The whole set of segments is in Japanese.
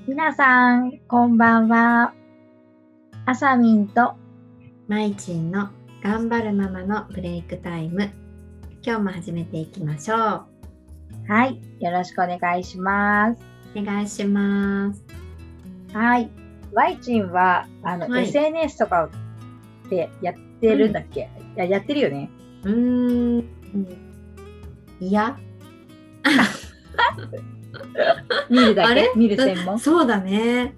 皆さん、こんばんは。あさみんと、 まいちんの頑張るママのブレイクタイム。今日も始めていきましょう。 はい、よろしくお願いします。 お願いします。 はい、まいちんは、 はい。 SNS とかってやってるんだっけ？やってるよね。 いや、 見るだあれけ見る専門そうだね。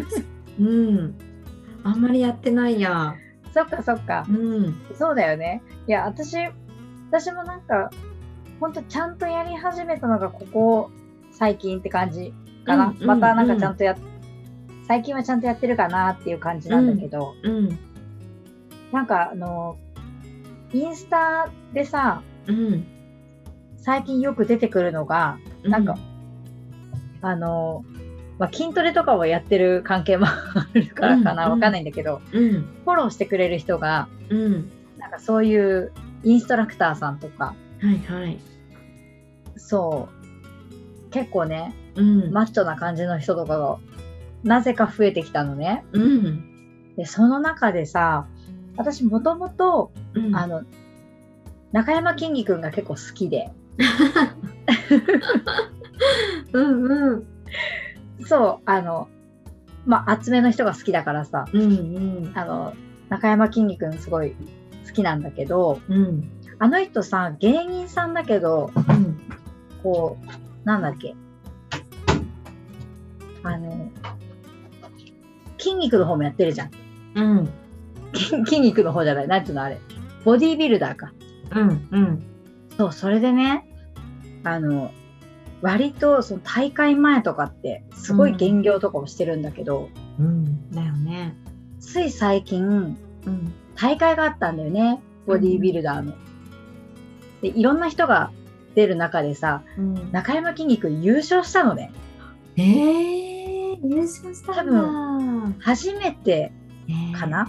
あんまりやってないや。 そっかそっか。そうだよね。いや、私もなんか、ほんとちゃんとやり始めたのがここ最近って感じかな。またなんかちゃんと最近はちゃんとやってるかなっていう感じなんだけど、なんかインスタでさ、最近よく出てくるのが、なんか、筋トレとかをやってる関係もあるからかな、わかんないんだけど、フォローしてくれる人が、なんかそういうインストラクターさんとか、そう、結構ね、マッチョな感じの人とかが、なぜか増えてきたのね。で、その中でさ、私もともと、中山きんに君が結構好きで、そう、厚めの人が好きだからさ、中山きんに君すごい好きなんだけど、あの人さ、芸人さんだけど、こう、なんだっけ、筋肉の方もやってるじゃん。筋肉の方じゃない、なんていうのあれ。ボディービルダーか。そう、それでね、割とその大会前とかってすごい減量とかをしてるんだけど、 だよね。 つい最近、大会があったんだよね、ボディービルダーの。で、いろんな人が出る中でさ、中山きんに君優勝したのね。 優勝したんだ。 多分、初めてかな。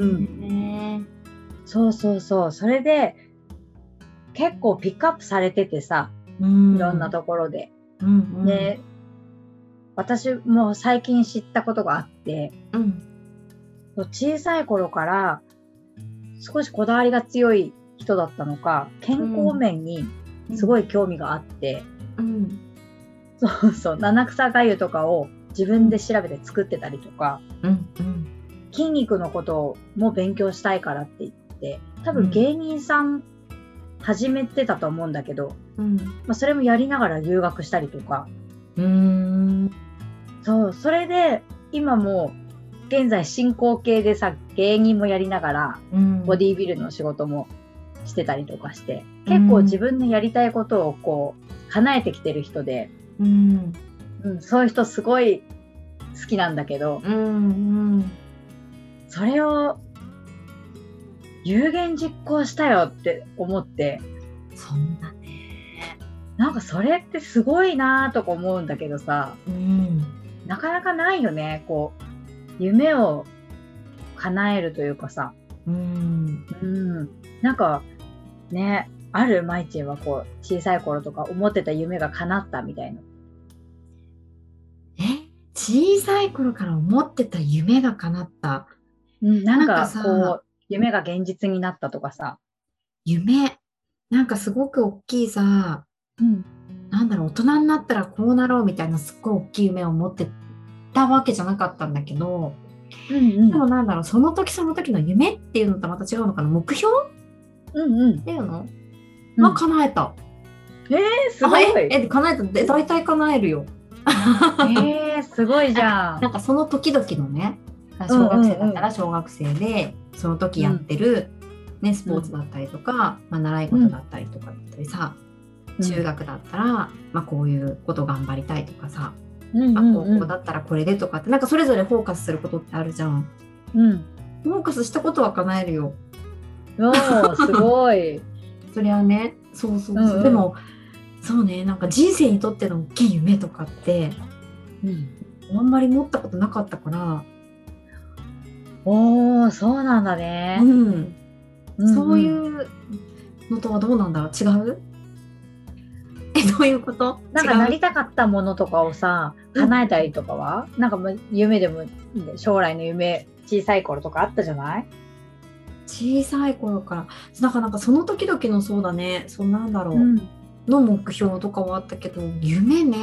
そうそうそう。それで、結構ピックアップされててさ、いろんなところで。で、私も最近知ったことがあって、小さい頃から少しこだわりが強い人だったのか、健康面にすごい興味があって、そうそう、七草がゆとかを自分で調べて作ってたりとか、筋肉のことも勉強したいからって言って、多分芸人さん始めてたと思うんだけど、それもやりながら留学したりとか。そう、それで今も現在進行形でさ、芸人もやりながら、ボディービルの仕事もしてたりとかして、結構自分のやりたいことをこう、叶えてきてる人で、そういう人すごい好きなんだけど、それを有言実行したよって思って。 そうだね。 なんかそれってすごいなとか思うんだけどさ、なかなかないよね。こう、夢を叶えるというかさ。なんか、ね、あるまいちんはこう、小さい頃とか思ってた夢が叶ったみたいな。 小さい頃から思ってた夢が叶った。 なんかこう、夢が現実になったとかさ。 夢、なんかすごく大きいさ、なんだろう、大人になったらこうなろうみたいなすっごい大きい夢を持ってたわけじゃなかったんだけど、でもなんだろう、その時その時の夢っていうのとまた違うのかな、目標っていうのは叶えた。 すごい。 叶えたって大体叶えるよ。 すごいじゃん。 なんかその時々のね、小学生だったら小学生でその時やってる、スポーツだったりとか、習い事だったりとかだったりさ、中学だったら、こういうこと頑張りたいとかさ、高校だったらこれでとかって、なんかそれぞれフォーカスすることってあるじゃん。フォーカスしたことは叶えるよ。 すごい。 それはね、そうそうそう。でもそうね、なんか人生にとっての大きい夢とかって、あんまり持ったことなかったから。 そうなんだね。 そういうのとはどうなんだろう、違う？ どういうこと？ なんかなりたかったものとかをさ、叶えたりとかは、なんか夢でも、将来の夢、小さい頃とかあったじゃない？ 小さい頃から、なんかその時々のそうだね、なんだろう、 うんの目標とかはあったけど、夢ね。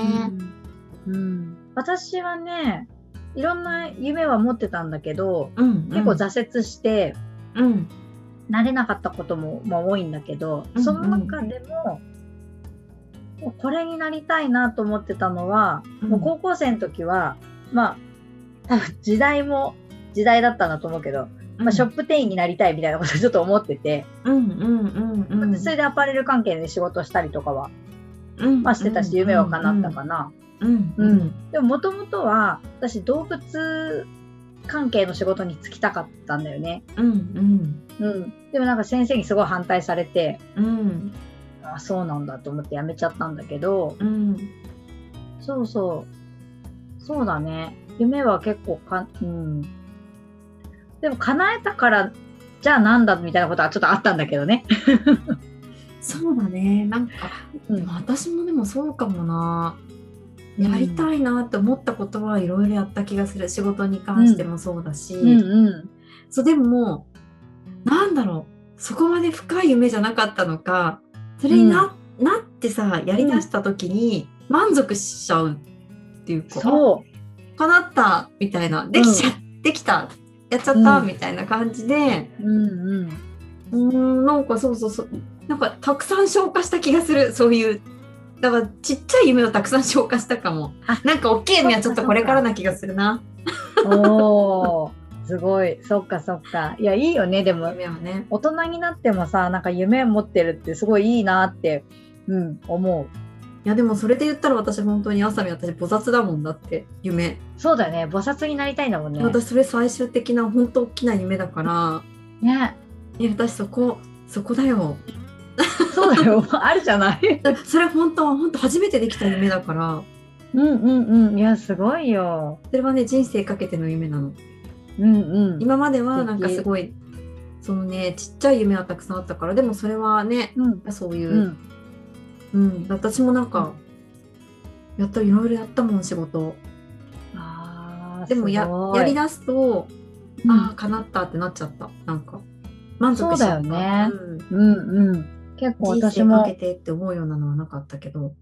私はね、いろんな夢は持ってたんだけど、結構挫折して、なれなかったことも、多いんだけど、その中でも、これになりたいなと思ってたのは、もう高校生の時は、多分時代だったんだと思うけど、ショップ店員になりたいみたいなことをちょっと思ってて、それでアパレル関係で仕事したりとかは、してたし、夢は叶ったかな。でももともとは、私動物関係の仕事に就きたかったんだよね。でもなんか先生にすごい反対されて、あ、そうなんだと思ってやめちゃったんだけど、そうだね。夢は結構でも叶えたからじゃあなんだみたいなことはちょっとあったんだけどね。 そうだね。なんか、私もでもそうかもな。やりたいなって思ったことはいろいろやった気がする。仕事に関してもそうだし。でもなんだろう、そこまで深い夢じゃなかったのか、それになってさ、やりだした時に満足しちゃうっていうか、叶ったみたいな、できた、やっちゃったみたいな感じで、なんかなんかたくさん消化した気がする。そういうだからちっちゃい夢をたくさん消化したかも。なんか大きい夢はちょっとこれからな気がするな。 おー、すごい。そっか。いや、いいよね。でも、 夢はね、 大人になってもさ、なんか夢持ってるってすごいいいなって、思う。 いや、でもそれで言ったら私本当に私菩薩だもんだって、夢。 そうだよね。菩薩になりたいんだもんね。 私それ最終的な本当大きな夢だから。 ね。 私そこだよ。 そうだよ。あるじゃない。 それ本当初めてできた夢だから。 いや、すごいよ。 それはね、人生かけての夢なの。今まではなんかすごい、ちっちゃい夢はたくさんあったから、でもそれはね、そういう、私もなんか、いろいろやったもん、仕事。でもやりだすと、叶ったってなっちゃった。なんか、満足しちゃった。 そうだよね。結構私も人生かけてって思うようなのはなかったけど。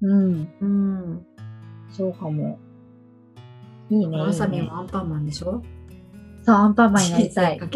そうかも。いいね。 あさみはアンパンマンでしょ？ そう、アンパンマンになりたい。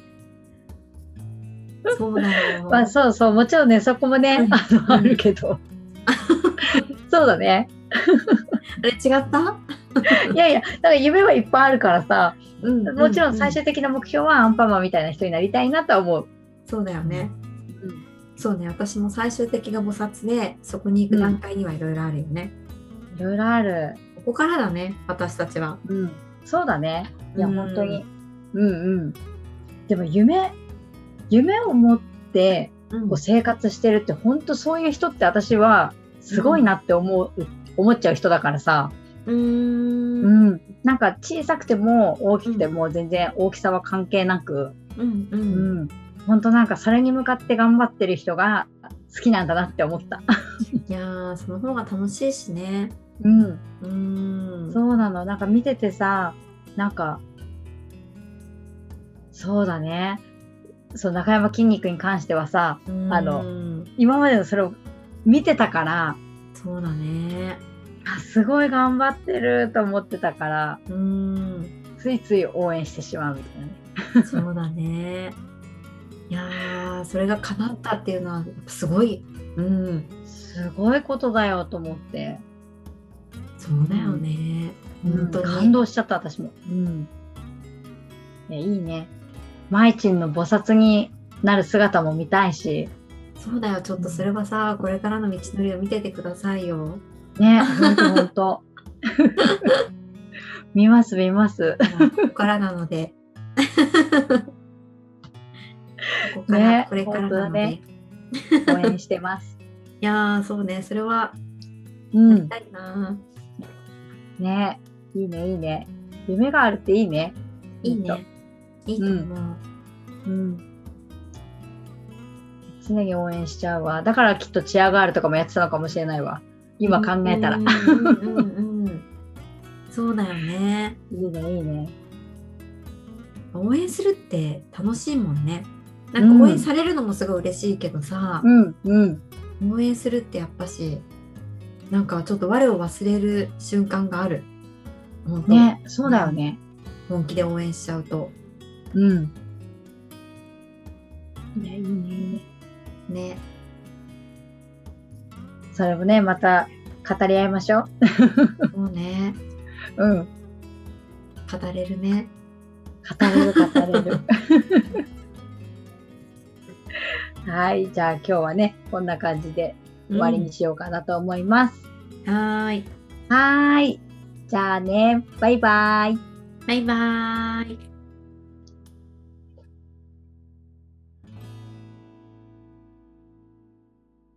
そうだよ。 そう、もちろんね、そこもね、あるけど。そうだね。 あれ違った？ いや、だから夢はいっぱいあるからさ、もちろん最終的な目標はアンパンマンみたいな人になりたいなとは思う。 そうだよね。そうね、私も最終的な菩薩でそこに行く段階にはいろいろあるよね。 いろいろある。 ここからだね、私たちは。 そうだね。いや、本当に。でも夢を持ってこう生活してるって、本当そういう人って私はすごいなって思っちゃう人だからさ。なんか小さくても大きくても全然大きさは関係なく、本当なんかそれに向かって頑張ってる人が好きなんだなって思った。 いやー、その方が楽しいしね。 そうなの。なんか見ててさ、なんかそうだね。中山きんに君に関してはさ、今までのそれを見てたから、 そうだね。 すごい頑張ってると思ってたから、ついつい応援してしまうみたいなね。 そうだね。いやー、それが叶ったっていうのはすごい、 すごいことだよと思って。 そうだよね。本当に感動しちゃった私も。いいね。まいちんの菩薩になる姿も見たいし。 そうだよ、ちょっとそれはさ、これからの道のりを見ててくださいよ。 ね、ほんと。見ます。 ここからなので。これからなので、ね、 応援してます。 いやー、そうね、それはやりたいな。 ね、いいね。夢があるっていいね。 いいね。いいと思う。 別常に応援しちゃうわ。だからきっとチアガールとかもやってたのかもしれないわ。今考えたら。 そうだよね。 いいね、いいね。 応援するって楽しいもんね。なんか応援されるのもすごい嬉しいけどさ、応援するってやっぱし、なんかちょっと我を忘れる瞬間がある。本当ね、そうだよね。 本気で応援しちゃうと。 ね、いいね、いいね。ね。 それもね、また語り合いましょう。 そうね。 語れるね。 語れる。はい、じゃあ今日はね、こんな感じで終わりにしようかなと思います。 はい。 じゃあね、バイバイ。 バイバイ。